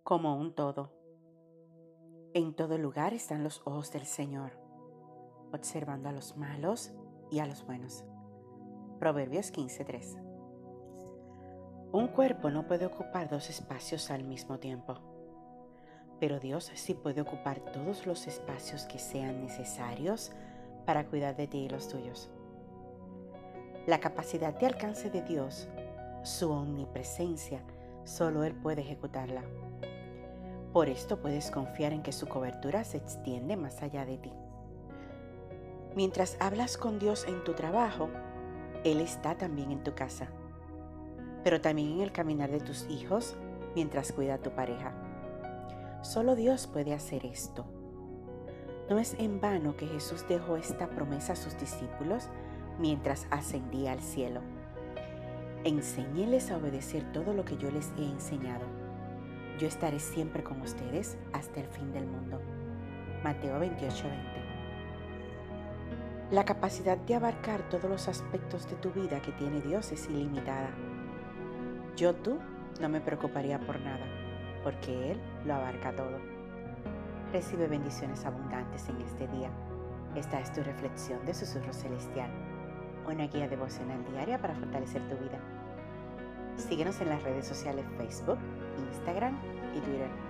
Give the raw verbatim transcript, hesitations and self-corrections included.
como un todo. En todo lugar están los ojos del Señor, observando a los malos y a los buenos. Proverbios quince tres. Un cuerpo no puede ocupar dos espacios al mismo tiempo, pero Dios sí puede ocupar todos los espacios que sean necesarios para cuidar de ti y los tuyos. La capacidad de alcance de Dios, su omnipresencia, solo Él puede ejecutarla. Por esto puedes confiar en que su cobertura se extiende más allá de ti. Mientras hablas con Dios en tu trabajo, Él está también en tu casa, pero también en el caminar de tus hijos mientras cuida a tu pareja. Solo Dios puede hacer esto. No es en vano que Jesús dejó esta promesa a sus discípulos mientras ascendía al cielo. Enséñeles a obedecer todo lo que yo les he enseñado. Yo estaré siempre con ustedes hasta el fin del mundo. Mateo veintiocho veinte. La capacidad de abarcar todos los aspectos de tu vida que tiene Dios es ilimitada. Yo, tú, no me preocuparía por nada, porque Él lo abarca todo. Recibe bendiciones abundantes en este día. Esta es tu reflexión de Susurro Celestial, una guía devocional diaria para fortalecer tu vida. Síguenos en las redes sociales Facebook, Instagram y Twitter.